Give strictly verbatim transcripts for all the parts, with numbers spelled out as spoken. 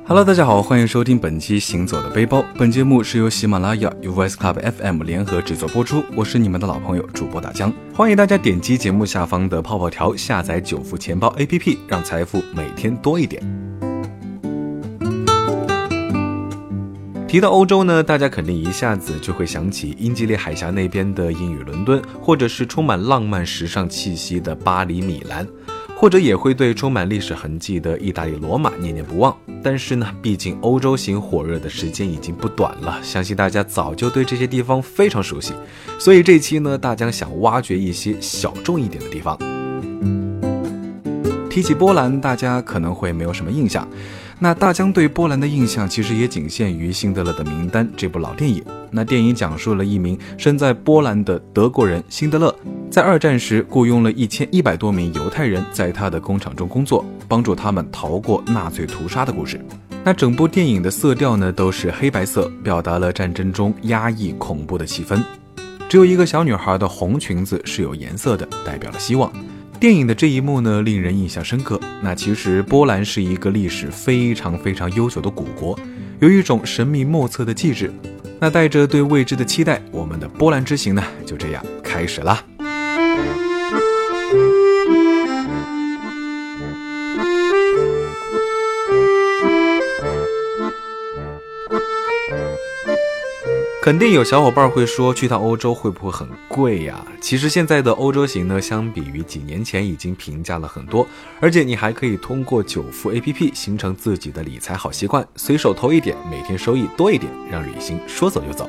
Hello， 大家好，欢迎收听本期行走的背包。本节目是由喜马拉雅与 Voice Club F M 联合制作播出，我是你们的老朋友主播大江。欢迎大家点击节目下方的泡泡条，下载九富钱包 A P P， 让财富每天多一点。提到欧洲呢，大家肯定一下子就会想起英吉利海峡那边的英语伦敦，或者是充满浪漫时尚气息的巴黎米兰，或者也会对充满历史痕迹的意大利罗马念念不忘。但是呢，毕竟欧洲行火热的时间已经不短了，相信大家早就对这些地方非常熟悉，所以这期呢，大江想挖掘一些小众一点的地方。提起波兰，大家可能会没有什么印象，那大江对波兰的印象其实也仅限于《辛德勒的名单》这部老电影。那电影讲述了一名身在波兰的德国人辛德勒，在二战时雇佣了一千一百多名犹太人在他的工厂中工作，帮助他们逃过纳粹屠杀的故事。那整部电影的色调呢都是黑白色，表达了战争中压抑恐怖的气氛。只有一个小女孩的红裙子是有颜色的，代表了希望。电影的这一幕呢，令人印象深刻。那其实波兰是一个历史非常非常悠久的古国，有一种神秘莫测的气质。那带着对未知的期待，我们的波兰之行呢，就这样开始啦。肯定有小伙伴会说，去趟欧洲会不会很贵呀？其实现在的欧洲行呢，相比于几年前已经平价了很多，而且你还可以通过九富 A P P 形成自己的理财好习惯，随手投一点，每天收益多一点，让旅行说走就走。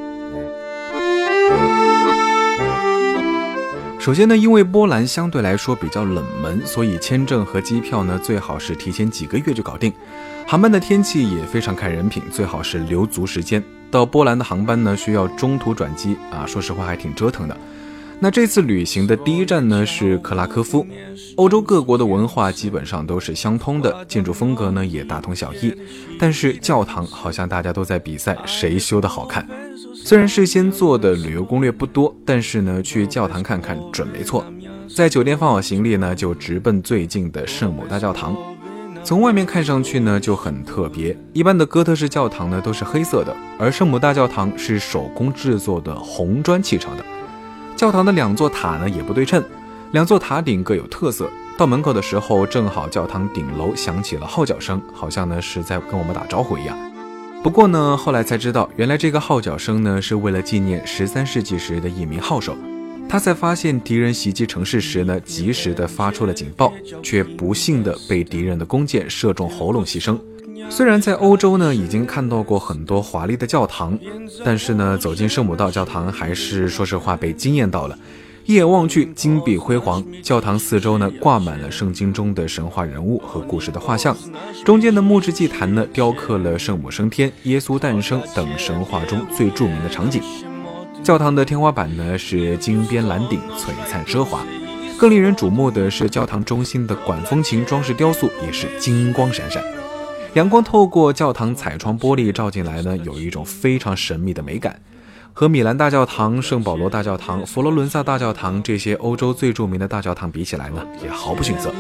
首先呢，因为波兰相对来说比较冷门，所以签证和机票呢最好是提前几个月就搞定。航班的天气也非常看人品，最好是留足时间。到波兰的航班呢需要中途转机啊，说实话还挺折腾的。那这次旅行的第一站呢是克拉科夫。欧洲各国的文化基本上都是相通的，建筑风格呢也大同小异，但是教堂好像大家都在比赛谁修得好看。虽然事先做的旅游攻略不多，但是呢去教堂看看准没错。在酒店放好行李呢，就直奔最近的圣母大教堂。从外面看上去呢就很特别，一般的哥特式教堂呢都是黑色的，而圣母大教堂是手工制作的红砖砌成的。教堂的两座塔呢也不对称，两座塔顶各有特色。到门口的时候，正好教堂顶楼响起了号角声，好像呢是在跟我们打招呼一样。不过呢，后来才知道，原来这个号角声呢是为了纪念十三世纪时的一名号手。他在发现敌人袭击城市时呢，及时的发出了警报，却不幸的被敌人的弓箭射中喉咙牺牲。虽然在欧洲呢已经看到过很多华丽的教堂，但是呢走进圣母道教堂还是说实话被惊艳到了。一眼望去金碧辉煌，教堂四周呢挂满了圣经中的神话人物和故事的画像，中间的木质祭坛呢雕刻了圣母升天、耶稣诞生等神话中最著名的场景。教堂的天花板呢是金边蓝顶，璀璨奢华。更令人瞩目的是教堂中心的管风琴装饰雕塑也是金光闪闪。阳光透过教堂彩窗玻璃照进来呢，有一种非常神秘的美感。和米兰大教堂、圣保罗大教堂、佛罗伦萨大教堂这些欧洲最著名的大教堂比起来呢，也毫不逊色。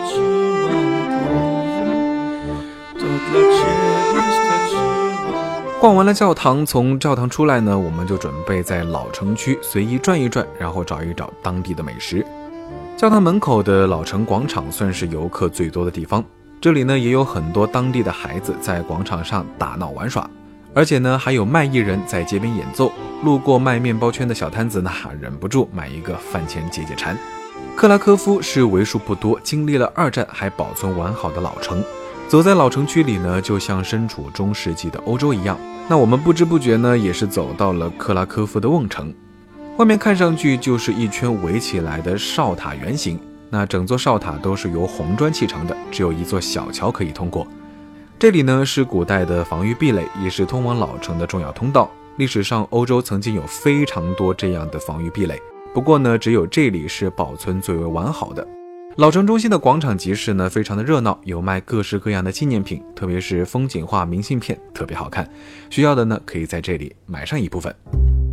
逛完了教堂，从教堂出来呢，我们就准备在老城区随意转一转，然后找一找当地的美食。教堂门口的老城广场算是游客最多的地方，这里呢也有很多当地的孩子在广场上打闹玩耍，而且呢还有卖艺人在街边演奏。路过卖面包圈的小摊子呢，忍不住买一个饭前解解馋。克拉科夫是为数不多经历了二战还保存完好的老城，走在老城区里呢，就像身处中世纪的欧洲一样。那我们不知不觉呢，也是走到了克拉科夫的瓮城。外面看上去就是一圈围起来的哨塔圆形，那整座哨塔都是由红砖砌成的，只有一座小桥可以通过。这里呢是古代的防御壁垒，也是通往老城的重要通道。历史上欧洲曾经有非常多这样的防御壁垒，不过呢只有这里是保存最为完好的。老城中心的广场集市呢非常的热闹，有卖各式各样的纪念品，特别是风景画明信片特别好看，需要的呢可以在这里买上一部分。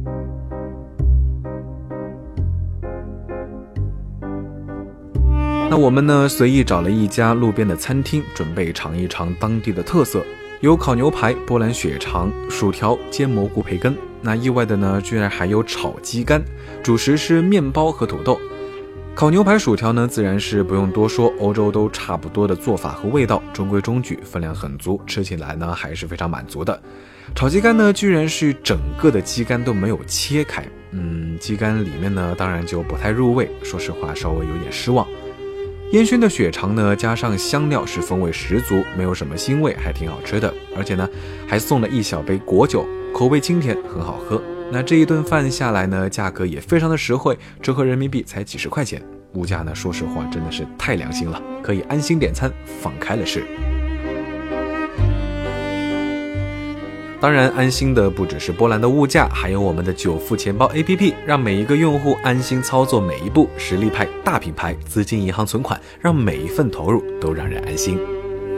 那那我们呢随意找了一家路边的餐厅，准备尝一尝当地的特色，有烤牛排、波兰血肠、薯条、煎蘑菇培根。那意外的呢，居然还有炒鸡肝，主食是面包和土豆。烤牛排、薯条呢，自然是不用多说，欧洲都差不多的做法和味道，中规中矩，分量很足，吃起来呢还是非常满足的。炒鸡肝呢，居然是整个的鸡肝都没有切开，嗯，鸡肝里面呢，当然就不太入味，说实话稍微有点失望。烟熏的血肠呢，加上香料是风味十足，没有什么腥味，还挺好吃的。而且呢，还送了一小杯果酒，口味清甜，很好喝。那这一顿饭下来呢，价格也非常的实惠，折合人民币才几十块钱，物价呢，说实话真的是太良心了，可以安心点餐，放开了吃。当然，安心的不只是波兰的物价，还有我们的久付钱包 A P P， 让每一个用户安心操作每一步。实力派大品牌，资金银行存款，让每一份投入都让人安心。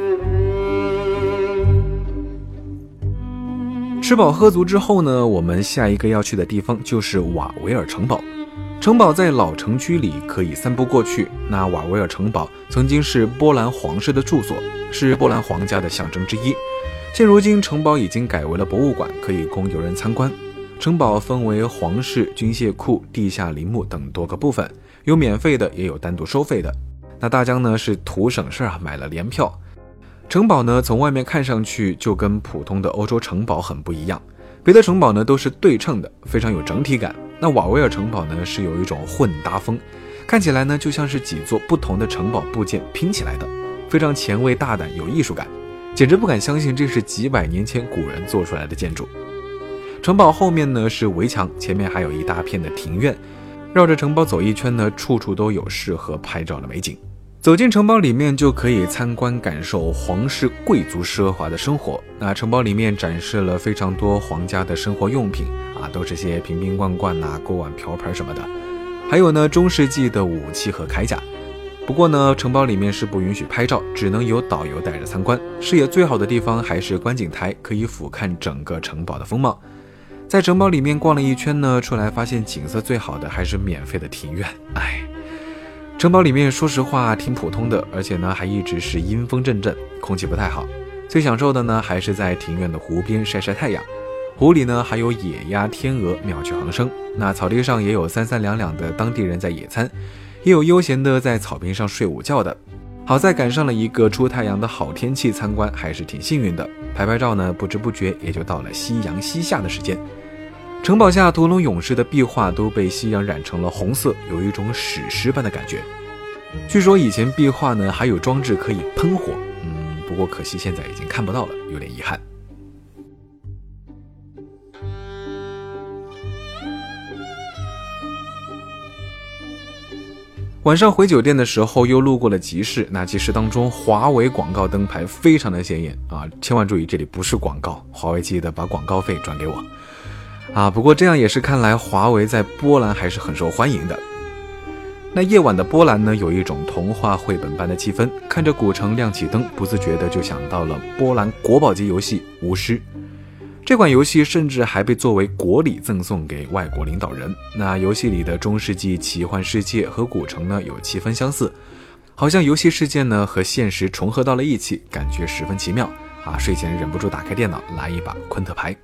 吃饱喝足之后呢，我们下一个要去的地方就是瓦维尔城堡。城堡在老城区里可以散步过去。那瓦维尔城堡曾经是波兰皇室的住所，是波兰皇家的象征之一。现如今城堡已经改为了博物馆，可以供游人参观。城堡分为皇室、军械库、地下陵墓等多个部分，有免费的，也有单独收费的。那大江呢是图省事啊，买了联票。城堡呢从外面看上去就跟普通的欧洲城堡很不一样，别的城堡呢都是对称的，非常有整体感。那瓦维尔城堡呢是有一种混搭风，看起来呢就像是几座不同的城堡部件拼起来的，非常前卫大胆，有艺术感。简直不敢相信这是几百年前古人做出来的建筑。城堡后面呢是围墙，前面还有一大片的庭院，绕着城堡走一圈呢，处处都有适合拍照的美景。走进城堡里面就可以参观感受皇室贵族奢华的生活。那城堡里面展示了非常多皇家的生活用品啊，都是些瓶瓶罐罐啊、锅碗瓢盆什么的，还有呢中世纪的武器和铠甲。不过呢，城堡里面是不允许拍照，只能由导游带着参观。视野最好的地方还是观景台，可以俯瞰整个城堡的风貌。在城堡里面逛了一圈呢，出来发现景色最好的还是免费的庭院。哎，城堡里面说实话挺普通的，而且呢还一直是阴风阵阵，空气不太好。最享受的呢还是在庭院的湖边晒晒太阳。湖里呢还有野鸭、天鹅妙趣横生。那草地上也有三三两两的当地人在野餐，也有悠闲的在草坪上睡午觉的。好在赶上了一个出太阳的好天气，参观还是挺幸运的。拍拍照呢，不知不觉也就到了夕阳西下的时间。城堡下屠龙勇士的壁画都被夕阳染成了红色，有一种史诗般的感觉。据说以前壁画呢还有装置可以喷火，嗯，不过可惜现在已经看不到了，有点遗憾。晚上回酒店的时候又路过了集市，那集市当中华为广告灯牌非常的显眼啊！千万注意，这里不是广告，华为记得把广告费转给我啊！不过这样也是看来华为在波兰还是很受欢迎的。那夜晚的波兰呢，有一种童话绘本般的气氛，看着古城亮起灯，不自觉的就想到了波兰国宝级游戏巫师。这款游戏甚至还被作为国礼赠送给外国领导人。那游戏里的中世纪奇幻世界和古城呢有七分相似，好像游戏世界呢和现实重合到了一起，感觉十分奇妙啊！睡前忍不住打开电脑来一把昆特牌。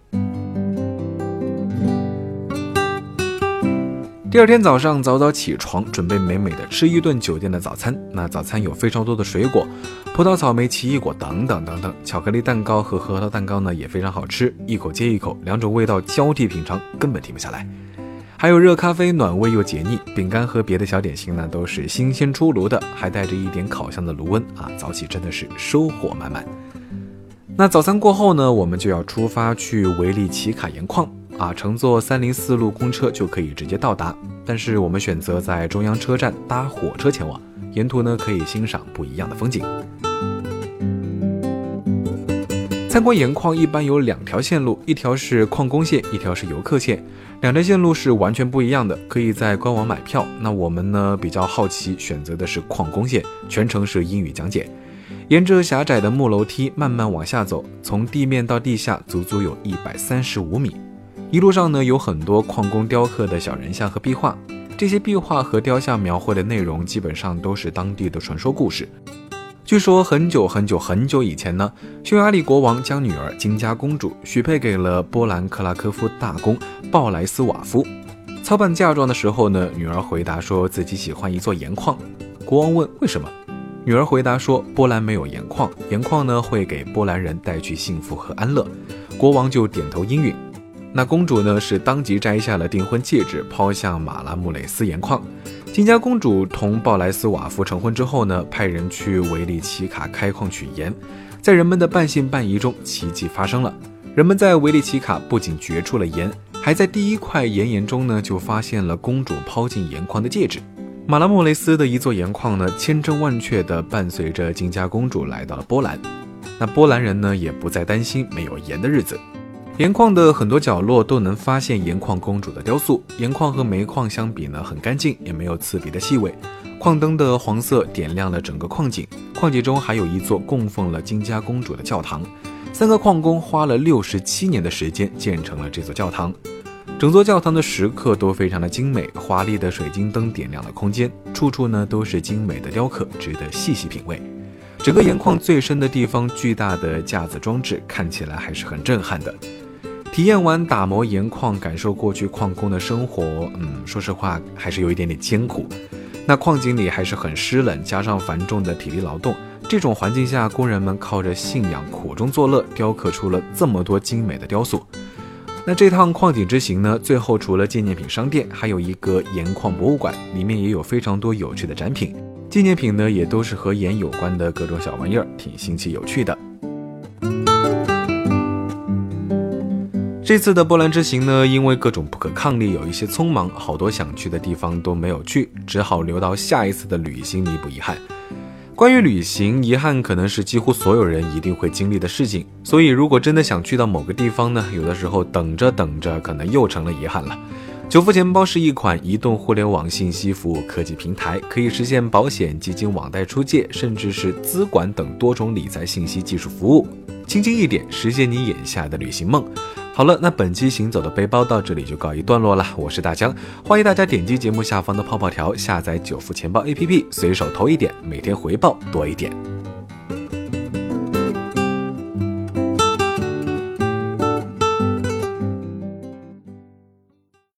第二天早上早早起床，准备美美的吃一顿酒店的早餐。那早餐有非常多的水果，葡萄、草莓、奇异果等等等等，巧克力蛋糕和核桃蛋糕呢也非常好吃，一口接一口，两种味道交替品尝，根本停不下来。还有热咖啡，暖胃又解腻，饼干和别的小点心呢都是新鲜出炉的，还带着一点烤香的炉温啊！早起真的是收获满满。那早餐过后呢，我们就要出发去维利奇卡盐矿啊，乘坐三零四路公车就可以直接到达，但是我们选择在中央车站搭火车前往，沿途呢可以欣赏不一样的风景。参观盐矿一般有两条线路，一条是矿工线，一条是游客线，两条线路是完全不一样的，可以在官网买票。那我们呢比较好奇，选择的是矿工线，全程是英语讲解。沿着狭窄的木楼梯慢慢往下走，从地面到地下足足有一百三十五米。一路上呢有很多矿工雕刻的小人像和壁画，这这些壁画和雕像描绘的内容基本上都是当地的传说故事。据说很久很久很久以前呢，匈牙利国王将女儿金家公主许配给了波兰克拉科夫大公鲍莱斯瓦夫。操办嫁妆的时候呢，女儿回答说自己喜欢一座盐矿。国王问为什么，女儿回答说波兰没有盐矿，盐矿呢会给波兰人带去幸福和安乐。国王就点头应允。那公主呢是当即摘下了订婚戒指，抛向马拉穆雷斯盐矿。金家公主同鲍莱斯瓦夫成婚之后呢，派人去维利奇卡开矿取盐。在人们的半信半疑中，奇迹发生了。人们在维利奇卡不仅掘出了盐，还在第一块盐岩中呢就发现了公主抛进盐矿的戒指。马拉莫雷斯的一座盐矿呢，千真万确地伴随着金家公主来到了波兰。那波兰人呢也不再担心没有盐的日子。盐矿的很多角落都能发现盐矿公主的雕塑。盐矿和煤矿相比呢，很干净，也没有刺鼻的气味。矿灯的黄色点亮了整个矿井，矿井中还有一座供奉了金家公主的教堂。三个矿工花了六十七年的时间建成了这座教堂。整座教堂的石刻都非常的精美，华丽的水晶灯点亮了空间，处处呢都是精美的雕刻，值得细细品味。整个盐矿最深的地方，巨大的架子装置看起来还是很震撼的。体验完打磨盐矿，感受过去矿工的生活，嗯，说实话还是有一点点艰苦。那矿井里还是很湿冷，加上繁重的体力劳动，这种环境下，工人们靠着信仰苦中作乐，雕刻出了这么多精美的雕塑。那这趟矿井之行呢，最后除了纪念品商店，还有一个盐矿博物馆，里面也有非常多有趣的展品。纪念品呢，也都是和盐有关的各种小玩意儿，挺新奇有趣的。这次的波兰之行呢，因为各种不可抗力，有一些匆忙，好多想去的地方都没有去，只好留到下一次的旅行弥补遗憾。关于旅行，遗憾可能是几乎所有人一定会经历的事情，所以如果真的想去到某个地方呢，有的时候等着等着，可能又成了遗憾了。九付钱包是一款移动互联网信息服务科技平台，可以实现保险、基金、网贷出借，甚至是资管等多种理财信息技术服务，轻轻一点实现你眼下的旅行梦。好了，那本期行走的背包到这里就告一段落了。我是大江，欢迎大家点击节目下方的泡泡条，下载九付钱包 A P P， 随手投一点，每天回报多一点。